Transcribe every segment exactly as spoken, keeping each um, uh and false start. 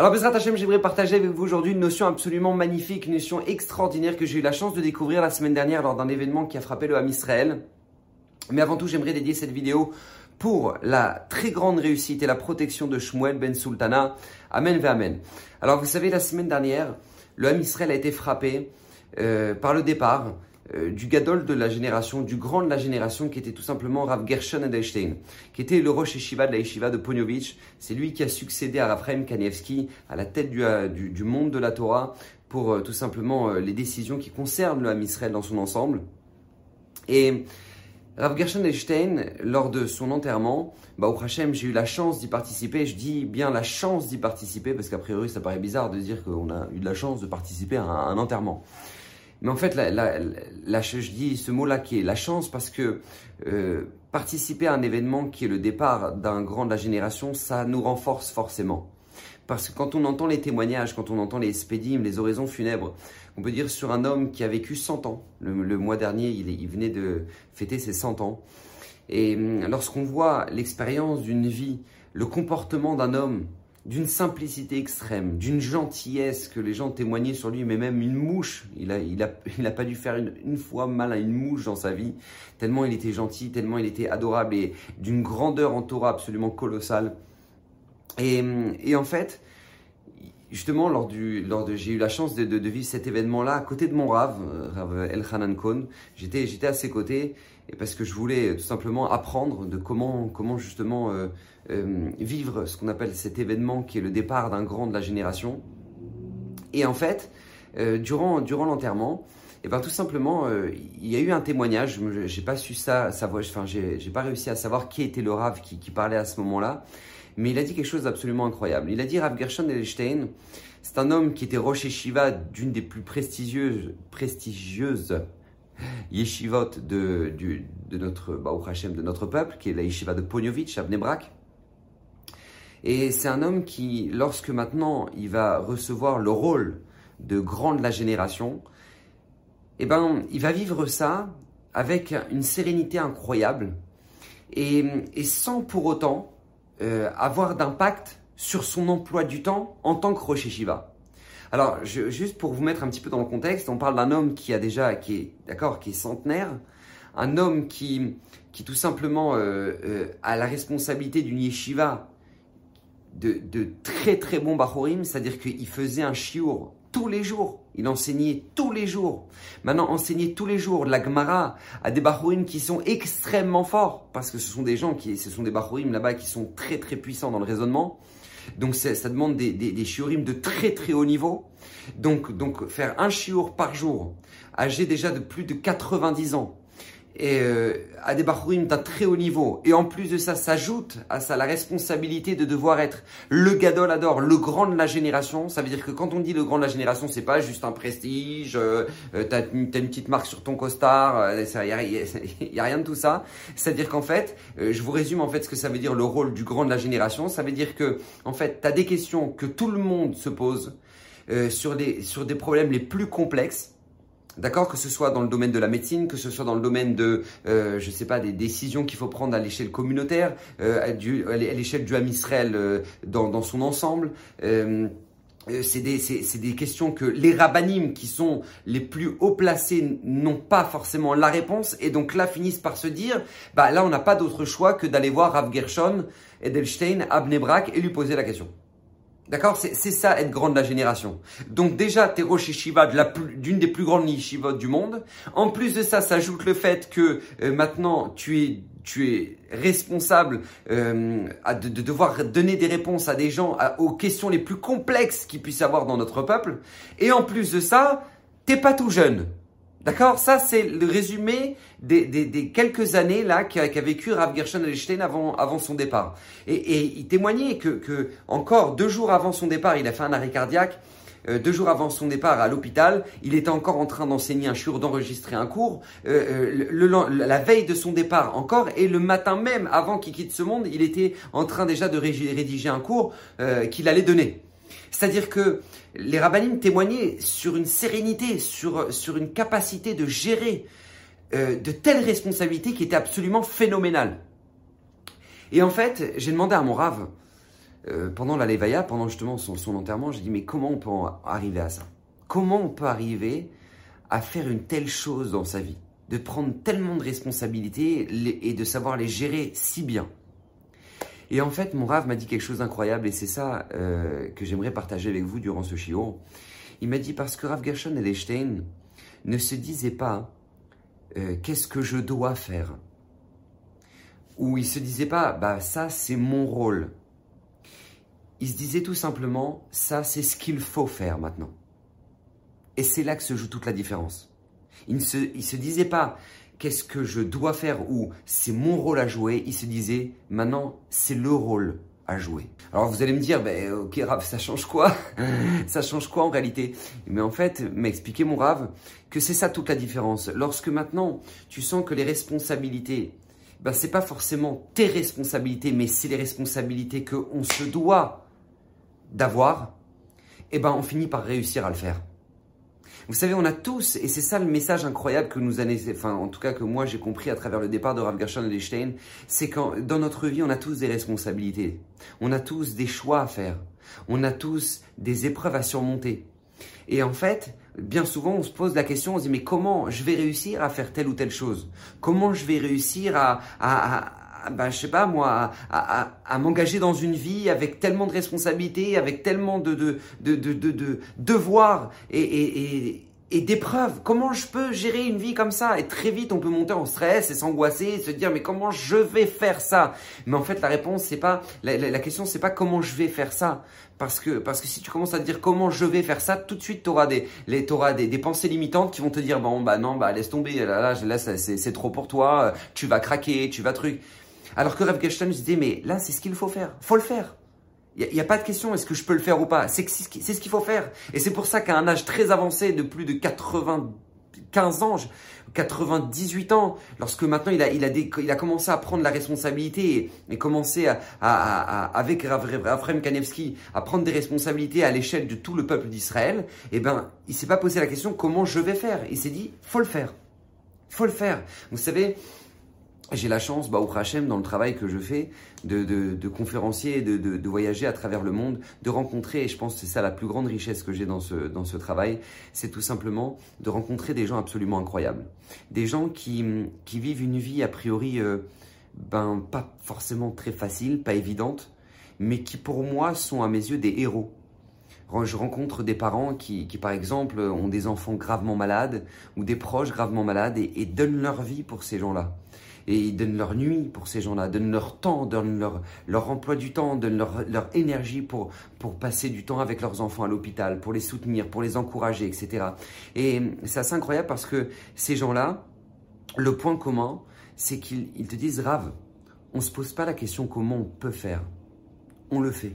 Alors Bezrat Hashem, j'aimerais partager avec vous aujourd'hui une notion absolument magnifique, une notion extraordinaire que j'ai eu la chance de découvrir la semaine dernière lors d'un événement qui a frappé le Ham Israël. Mais avant tout, j'aimerais dédier cette vidéo pour la très grande réussite et la protection de Shmuel Ben Sultana. Amen ve Amen. Alors vous savez, la semaine dernière, le Ham Israël a été frappé euh, par le départ euh, du gadol de la génération, du grand de la génération, qui était tout simplement Rav Gershon Edelstein, qui était le Rosh Yeshiva de la Yeshiva de Ponyovitch. C'est lui qui a succédé à Rav Chaim Kanievski à la tête du, euh, du, du monde de la Torah pour euh, tout simplement euh, les décisions qui concernent le Ham Israël dans son ensemble. Et Rav Gershon Edelstein, lors de son enterrement, bah, au Hachem, j'ai eu la chance d'y participer. Je dis bien la chance d'y participer parce qu'a priori, ça paraît bizarre de dire qu'on a eu de la chance de participer à un, à un enterrement. Mais en fait, la, la, la, je dis ce mot-là qui est la chance parce que euh, participer à un événement qui est le départ d'un grand de la génération, ça nous renforce forcément. Parce que quand on entend les témoignages, quand on entend les spédimes, les oraisons funèbres, on peut dire sur un homme qui a vécu cent ans. Le, le mois dernier, il, il venait de fêter ses cent ans. Et lorsqu'on voit l'expérience d'une vie, le comportement d'un homme, d'une simplicité extrême, d'une gentillesse que les gens témoignaient sur lui, mais même une mouche, il a, il a, il a pas dû faire une, une fois mal à une mouche dans sa vie, tellement il était gentil, tellement il était adorable et d'une grandeur en Torah absolument colossale. Et, et en fait, justement, lors du, lors de, j'ai eu la chance de, de, de vivre cet événement-là à côté de mon Rav, Rav Elchanan Cohn. J'étais, j'étais à ses côtés et parce que je voulais tout simplement apprendre de comment, comment justement euh, euh, vivre ce qu'on appelle cet événement qui est le départ d'un grand de la génération. Et en fait, euh, durant, durant l'enterrement, et ben tout simplement, euh, il y a eu un témoignage. Je j'ai pas su ça, savoir, enfin, j'ai, j'ai pas réussi à savoir qui était le Rav qui, qui parlait à ce moment-là. Mais il a dit quelque chose d'absolument incroyable. Il a dit Rav Gershon Edelstein, c'est un homme qui était Rosh Yeshiva d'une des plus prestigieuses, prestigieuses yeshivot de, de, de notre Baruch Hashem, de notre peuple, qui est la Yeshiva de Ponyovitch à Bnei Brak. Et c'est un homme qui, lorsque maintenant il va recevoir le rôle de grand de la génération, eh ben, il va vivre ça avec une sérénité incroyable et, et sans pour autant Euh, avoir d'impact sur son emploi du temps en tant que Rosh Yeshiva. Alors, je, juste pour vous mettre un petit peu dans le contexte, on parle d'un homme qui a déjà, qui est, d'accord, qui est centenaire, un homme qui, qui tout simplement euh, euh, a la responsabilité d'une yeshiva de, de très très bons bachorim, c'est-à-dire qu'il faisait un shiur tous les jours, il enseignait tous les jours. Maintenant, enseigner tous les jours de la Gemara à des bachorim qui sont extrêmement forts, parce que ce sont des gens qui, ce sont des bachorim là-bas qui sont très très puissants dans le raisonnement. Donc ça demande des, des, des shiurim de très très haut niveau. Donc, donc faire un shiur par jour, âgé déjà de plus de quatre-vingt-dix ans, et euh, à des bachorim d'un très haut niveau, et en plus de ça s'ajoute à ça la responsabilité de devoir être le gadol ador, le grand de la génération. Ça veut dire que quand on dit le grand de la génération, c'est pas juste un prestige, euh, euh, t'as, t'as une petite marque sur ton costard, il euh, y, a, y, a, y a rien de tout ça. C'est-à-dire qu'en fait, euh, je vous résume en fait ce que ça veut dire le rôle du grand de la génération. Ça veut dire que en fait, t'as des questions que tout le monde se pose euh, sur des sur des problèmes les plus complexes. D'accord, que ce soit dans le domaine de la médecine, que ce soit dans le domaine de, euh, je sais pas, des décisions qu'il faut prendre à l'échelle communautaire, euh, à, du, à l'échelle du Ham Israël euh, dans, dans son ensemble. Euh, c'est des, c'est, c'est des questions que les rabbanim qui sont les plus haut placés n'ont pas forcément la réponse et donc là finissent par se dire, bah là on n'a pas d'autre choix que d'aller voir Rav Gershon Edelstein à Bnei Brak et lui poser la question. D'accord, c'est, c'est ça être grand de la génération. Donc déjà, t'es Rosh Yeshiva de la plus, d'une des plus grandes yeshivot du monde. En plus de ça, s'ajoute le fait que euh, maintenant tu es tu es responsable euh, à de, de devoir donner des réponses à des gens à, aux questions les plus complexes qu'ils puissent avoir dans notre peuple. Et en plus de ça, t'es pas tout jeune. D'accord, ça c'est le résumé des, des, des quelques années là qu'a, qu'a vécu Rav Gershon Edelstein avant, avant son départ. Et, et il témoignait que, que encore deux jours avant son départ, il a fait un arrêt cardiaque. Euh, deux jours avant son départ à l'hôpital, il était encore en train d'enseigner un shiur, d'enregistrer un cours. Euh, le, le, la veille de son départ encore, et le matin même, avant qu'il quitte ce monde, il était en train déjà de rédiger un cours euh, qu'il allait donner. C'est-à-dire que les rabbanim témoignaient sur une sérénité, sur, sur une capacité de gérer euh, de telles responsabilités qui étaient absolument phénoménales. Et en fait, j'ai demandé à mon Rav, euh, pendant la Levaya, pendant justement son, son enterrement, j'ai dit mais comment on peut en arriver à ça? Comment on peut arriver à faire une telle chose dans sa vie? De prendre tellement de responsabilités et de savoir les gérer si bien. Et en fait, mon Rav m'a dit quelque chose d'incroyable et c'est ça euh, que j'aimerais partager avec vous durant ce shiur. Il m'a dit parce que Rav Gershon Edelstein ne se disait pas euh, qu'est-ce que je dois faire, ou il se disait pas bah ça c'est mon rôle. Il se disait tout simplement ça c'est ce qu'il faut faire maintenant. Et c'est là que se joue toute la différence. Il ne se, il se disait pas qu'est-ce que je dois faire ou c'est mon rôle à jouer. Il se disait maintenant c'est le rôle à jouer. Alors vous allez me dire, ben, ok Rav, ça change quoi? Ça change quoi en réalité? Mais en fait, m'a expliqué mon Rav que c'est ça toute la différence. Lorsque maintenant tu sens que les responsabilités, ben, c'est pas forcément tes responsabilités, mais c'est les responsabilités qu'on se doit d'avoir, et ben on finit par réussir à le faire. Vous savez, on a tous, et c'est ça le message incroyable que nous a, enfin, en tout cas que moi j'ai compris à travers le départ de Rav Gershon Edelstein, c'est quand dans notre vie, on a tous des responsabilités, on a tous des choix à faire, on a tous des épreuves à surmonter. Et en fait, bien souvent, on se pose la question, on se dit mais comment je vais réussir à faire telle ou telle chose? Comment je vais réussir à, à, à ben, je sais pas moi, à, à, à m'engager dans une vie avec tellement de responsabilités, avec tellement de, de, de, de, de, de devoirs et, et, et, et d'épreuves. Comment je peux gérer une vie comme ça? Et très vite, on peut monter en stress et s'angoisser et se dire mais comment je vais faire ça? Mais en fait, la réponse, c'est pas, la, la, la question, c'est pas comment je vais faire ça. Parce que, parce que si tu commences à te dire comment je vais faire ça, tout de suite, tu auras, des, les, t'auras des, des pensées limitantes qui vont te dire bon, bah non, bah laisse tomber, là, là, là c'est, c'est trop pour toi, tu vas craquer, tu vas truc. Alors que Rav Gershon se disait, mais là, c'est ce qu'il faut faire. faut le faire. Il n'y a, a pas de question, est-ce que je peux le faire ou pas? C'est, c'est ce qu'il faut faire. Et c'est pour ça qu'à un âge très avancé de plus de quatre-vingt-quinze ans, quatre-vingt-dix-huit ans, lorsque maintenant il a, il a, des, il a commencé à prendre la responsabilité et, et commencé à, à, à, à, avec Raphaël Kanevski à prendre des responsabilités à l'échelle de tout le peuple d'Israël, eh ben, il ne s'est pas posé la question comment je vais faire. Il s'est dit, faut le faire. faut le faire. Vous savez, j'ai la chance, Baruch Hashem, dans le travail que je fais, de, de, de conférencier, de, de, de voyager à travers le monde, de rencontrer, et je pense que c'est ça la plus grande richesse que j'ai dans ce, dans ce travail, c'est tout simplement de rencontrer des gens absolument incroyables. Des gens qui, qui vivent une vie a priori euh, ben, pas forcément très facile, pas évidente, mais qui pour moi sont à mes yeux des héros. Je rencontre des parents qui, qui, par exemple, ont des enfants gravement malades ou des proches gravement malades et, et donnent leur vie pour ces gens-là. Et ils donnent leur nuit pour ces gens-là, donnent leur temps, donnent leur, leur emploi du temps, donnent leur, leur énergie pour, pour passer du temps avec leurs enfants à l'hôpital, pour les soutenir, pour les encourager, et cetera. Et c'est assez incroyable parce que ces gens-là, le point commun, c'est qu'ils ils te disent, Rav, on ne se pose pas la question comment on peut faire, on le fait.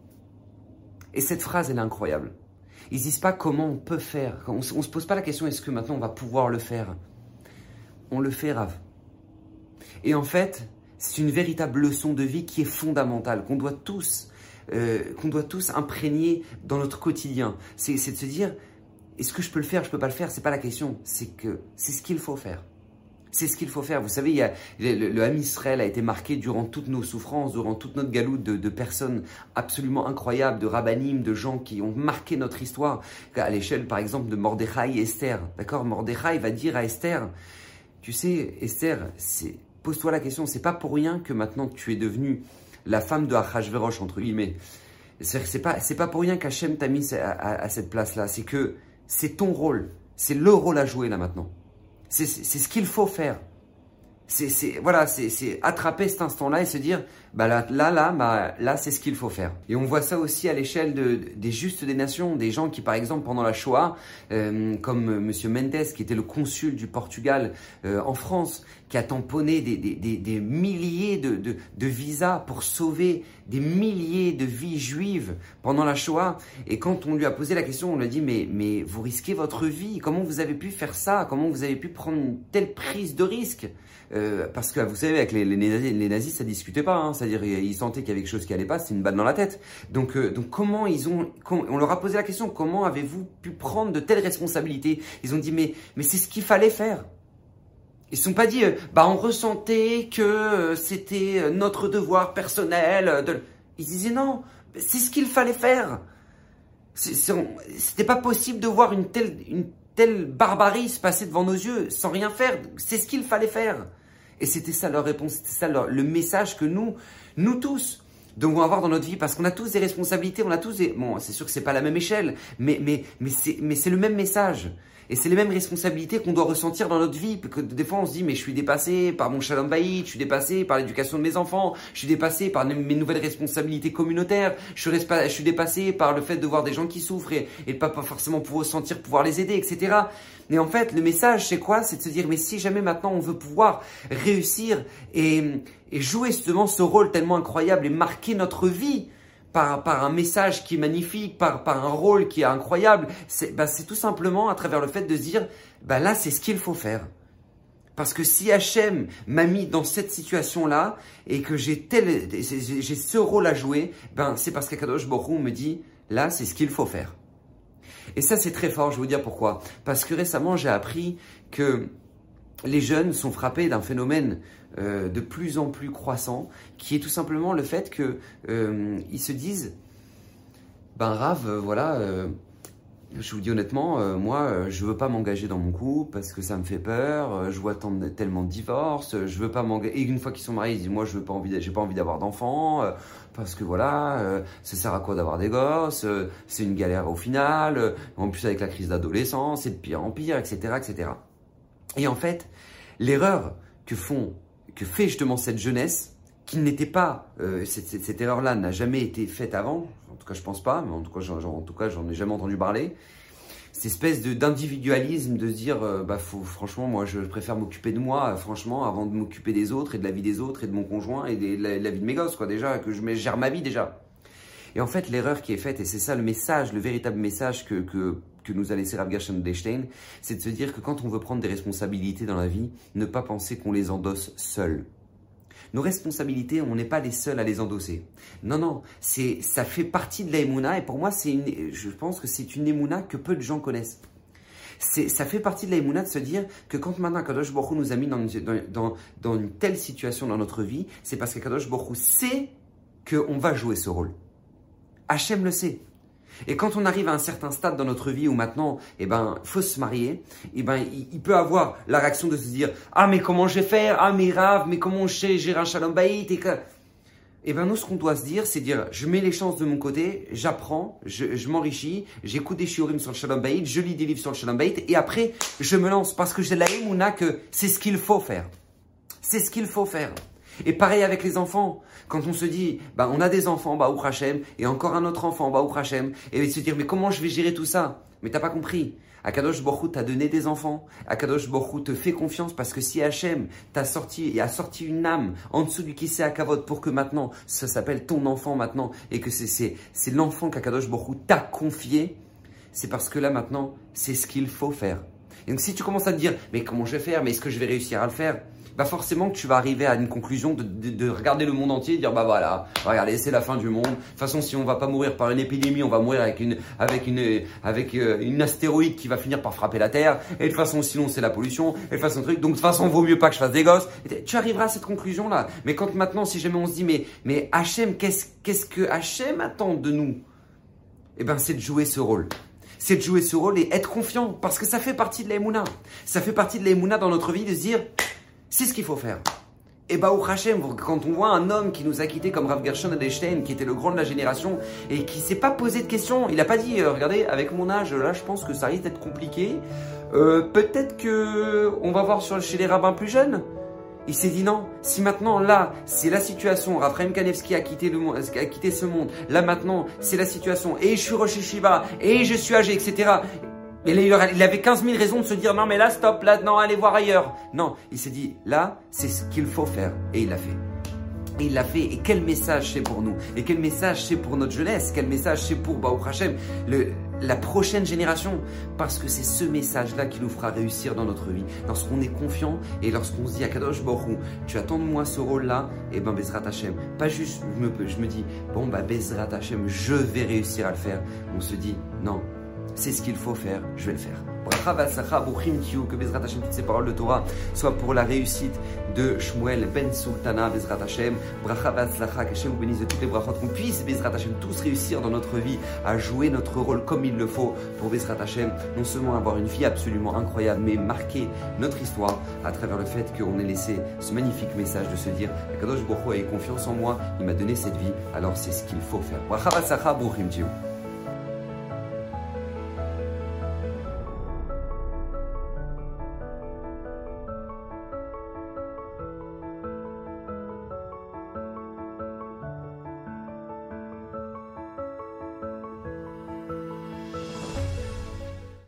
Et cette phrase, elle est incroyable. Ils ne disent pas comment on peut faire, on ne se pose pas la question est-ce que maintenant on va pouvoir le faire. On le fait, Rav. Et en fait, c'est une véritable leçon de vie qui est fondamentale, qu'on doit tous, euh, qu'on doit tous imprégner dans notre quotidien. C'est, c'est de se dire, est-ce que je peux le faire, je ne peux pas le faire, c'est pas la question. C'est que c'est ce qu'il faut faire. C'est ce qu'il faut faire. Vous savez, il y a, le, le Ham Israël a été marqué durant toutes nos souffrances, durant toute notre galoute de, de personnes absolument incroyables, de rabbanim, de gens qui ont marqué notre histoire. À l'échelle, par exemple, de Mordechai et Esther. D'accord, Mordechai va dire à Esther, tu sais, Esther, c'est... pose-toi la question, c'est pas pour rien que maintenant tu es devenue la femme de Achashverosh, entre guillemets. C'est, c'est pas, c'est pas pour rien qu'Hachem t'a mis à, à, à cette place-là. C'est que c'est ton rôle. C'est le rôle à jouer là maintenant. C'est, c'est, c'est ce qu'il faut faire. C'est, c'est, voilà, c'est, c'est attraper cet instant-là et se dire, bah là, là, là, bah, là, c'est ce qu'il faut faire. Et on voit ça aussi à l'échelle de, des justes des nations, des gens qui, par exemple, pendant la Shoah, euh, comme euh, Monsieur Mendes, qui était le consul du Portugal euh, en France, qui a tamponné des, des, des, des milliers de, de, de visas pour sauver des milliers de vies juives pendant la Shoah. Et quand on lui a posé la question, on lui a dit, mais, mais vous risquez votre vie, comment vous avez pu faire ça? Comment vous avez pu prendre une telle prise de risque? Euh, parce que vous savez, avec les, les, nazis, les nazis, ça discutait pas, hein, c'est-à-dire ils sentaient qu'il y avait quelque chose qui allait pas, c'était une balle dans la tête. Donc, euh, donc comment ils ont, comment, on leur a posé la question, comment avez-vous pu prendre de telles responsabilités? Ils ont dit, mais, mais c'est ce qu'il fallait faire. Ils se sont pas dit, euh, bah on ressentait que euh, c'était notre devoir personnel. De... Ils disaient non, c'est ce qu'il fallait faire. C'était pas possible de voir une telle, une telle barbarie se passer devant nos yeux sans rien faire. C'est ce qu'il fallait faire. Et c'était ça leur réponse, c'était ça leur, le message que nous, nous tous, devons avoir dans notre vie, parce qu'on a tous des responsabilités, on a tous des... Bon, c'est sûr que c'est pas la même échelle, mais, mais, mais c'est mais c'est le même message. Et c'est les mêmes responsabilités qu'on doit ressentir dans notre vie. Que des fois, on se dit, mais je suis dépassé par mon shalom bayit, je suis dépassé par l'éducation de mes enfants, je suis dépassé par mes nouvelles responsabilités communautaires, je suis, je suis dépassé par le fait de voir des gens qui souffrent et, et de pas, pas forcément pouvoir sentir pouvoir les aider, et cetera. Mais en fait, le message, c'est quoi? C'est de se dire, mais si jamais maintenant on veut pouvoir réussir et, et jouer justement ce rôle tellement incroyable et marquer notre vie, Par, par un message qui est magnifique, par, par un rôle qui est incroyable, c'est bah, c'est tout simplement à travers le fait de se dire, bah là c'est ce qu'il faut faire. Parce que si Hachem m'a mis dans cette situation-là et que j'ai tel, j'ai ce rôle à jouer, ben c'est parce qu'Akadosh Baruch Hu me dit, là c'est ce qu'il faut faire. Et ça c'est très fort, je vais vous dire pourquoi. Parce que récemment j'ai appris que les jeunes sont frappés d'un phénomène euh, de plus en plus croissant, qui est tout simplement le fait que euh, ils se disent, ben Rav, euh, voilà, euh, je vous dis honnêtement, euh, moi, euh, je veux pas m'engager dans mon couple parce que ça me fait peur. Euh, je vois tant de, tellement de divorces. Euh, je veux pas m'engager. Et une fois qu'ils sont mariés, ils disent, moi, je veux pas envie, j'ai pas envie d'avoir d'enfants euh, parce que voilà, euh, ça sert à quoi d'avoir des gosses euh, c'est une galère au final. Euh, en plus avec la crise d'adolescence, c'est de pire en pire, et cetera, et cetera. Et en fait, l'erreur que font, que fait justement cette jeunesse, qui n'était pas, euh, cette, cette, cette erreur-là n'a jamais été faite avant, en tout cas je pense pas, mais en tout cas j'en, en tout cas j'en ai jamais entendu parler, cette espèce de, d'individualisme, de se dire, euh, bah faut, franchement moi je préfère m'occuper de moi, euh, franchement, avant de m'occuper des autres et de la vie des autres et de mon conjoint et de la, de la vie de mes gosses, quoi, déjà, que je gère ma vie déjà. Et en fait, l'erreur qui est faite, et c'est ça le message, le véritable message que, que, que nous a laissé Rav Gershon Edelstein, c'est de se dire que quand on veut prendre des responsabilités dans la vie, ne pas penser qu'on les endosse seuls. Nos responsabilités, on n'est pas les seuls à les endosser. Non, non, c'est, ça fait partie de la Emouna, et pour moi, c'est une, je pense que c'est une Emouna que peu de gens connaissent. C'est, ça fait partie de la Emouna de se dire que quand maintenant Kadosh Baruch Hu nous a mis dans une, dans, dans, dans une telle situation dans notre vie, c'est parce que Kadosh Baruch Hu sait qu'on va jouer ce rôle. Hachem le sait. Et quand on arrive à un certain stade dans notre vie où maintenant, eh ben, faut se marier, eh ben, il, il peut avoir la réaction de se dire, ah, mais comment je vais faire? Ah, mais Rav, mais comment je sais gérer un shalom bayit? Et que... Eh ben, nous, ce qu'on doit se dire, c'est dire, je mets les chances de mon côté, j'apprends, je, je m'enrichis, j'écoute des shiurim sur le shalom bayit, je lis des livres sur le shalom bayit, et après, je me lance parce que j'ai la émouna que c'est ce qu'il faut faire. C'est ce qu'il faut faire. Et pareil avec les enfants. Quand on se dit, bah, on a des enfants, bah, Baruch Hashem, et encore un autre enfant, bah, Baruch Hashem, et se dire, mais comment je vais gérer tout ça? Mais t'as pas compris. Akadosh Baruch Hu t'a donné des enfants. Akadosh Baruch Hu te fait confiance parce que si Hachem t'a sorti et a sorti une âme en dessous du Kisei HaKavod pour que maintenant, ça s'appelle ton enfant maintenant, et que c'est, c'est, c'est l'enfant qu'Akadosh Baruch Hu t'a confié, c'est parce que là maintenant, c'est ce qu'il faut faire. Et donc si tu commences à te dire, mais comment je vais faire? Mais est-ce que je vais réussir à le faire? Bah forcément que tu vas arriver à une conclusion de, de, de regarder le monde entier et dire bah voilà, regardez, c'est la fin du monde. De toute façon, si on va pas mourir par une épidémie, on va mourir avec une avec une avec une astéroïde qui va finir par frapper la Terre. Et de toute façon, sinon c'est la pollution. Et de toute façon truc. Donc de toute façon, vaut mieux pas que je fasse des gosses. Et tu arriveras à cette conclusion là. Mais quand maintenant, si jamais on se dit mais mais Hachem, qu'est-ce qu'est-ce que Hachem attend de nous? Eh ben c'est de jouer ce rôle. C'est de jouer ce rôle et être confiant parce que ça fait partie de la Emouna. Ça fait partie de la Emouna dans notre vie de se dire c'est ce qu'il faut faire. Et bah, au Hachem, quand on voit un homme qui nous a quittés comme Rav Gershon Edelstein, qui était le grand de la génération, et qui s'est pas posé de questions, il a pas dit, euh, regardez, avec mon âge, là, je pense que ça risque d'être compliqué. Euh, peut-être que on va voir sur, chez les rabbins plus jeunes. Il s'est dit non, si maintenant, là, c'est la situation, Rav Chaim Kanevski a quitté, le, a quitté ce monde, là maintenant, c'est la situation, et je suis Rosh Yeshiva, et je suis âgé, et cetera. Et là, il avait quinze mille raisons de se dire non mais là stop, là non, allez voir ailleurs. Non, il s'est dit là c'est ce qu'il faut faire et il l'a fait. Et il l'a fait et quel message c'est pour nous? Et quel message c'est pour notre jeunesse? Quel message c'est pour Baruch Hashem, le, la prochaine génération? Parce que c'est ce message-là qui nous fera réussir dans notre vie. Lorsqu'on est confiant et lorsqu'on se dit à Kadosh Baruch Hu, tu attends de moi ce rôle-là, et ben Bezrat Hashem. Pas juste je me, je me dis bon bah Bezrat Hashem, je vais réussir à le faire. On se dit non. c'est ce qu'il faut faire, je vais le faire. Bracha v'atzlacha, bruchim tiyu, que Bezrat Hashem, toutes ces paroles de Torah soient pour la réussite de Shmuel ben Sultana, Bezrat Hashem. Bracha v'atzlacha, qu'Hashem vous bénisse de toutes les brachot, qu'on puisse, Bezrat Hashem, tous réussir dans notre vie à jouer notre rôle comme il le faut pour Bezrat Hashem, non seulement avoir une vie absolument incroyable, mais marquer notre histoire à travers le fait qu'on ait laissé ce magnifique message de se dire Kadosh Baruch Hu a eu confiance en moi, il m'a donné cette vie, alors c'est ce qu'il faut faire. Bracha v'atzlacha, bruchim tiyu.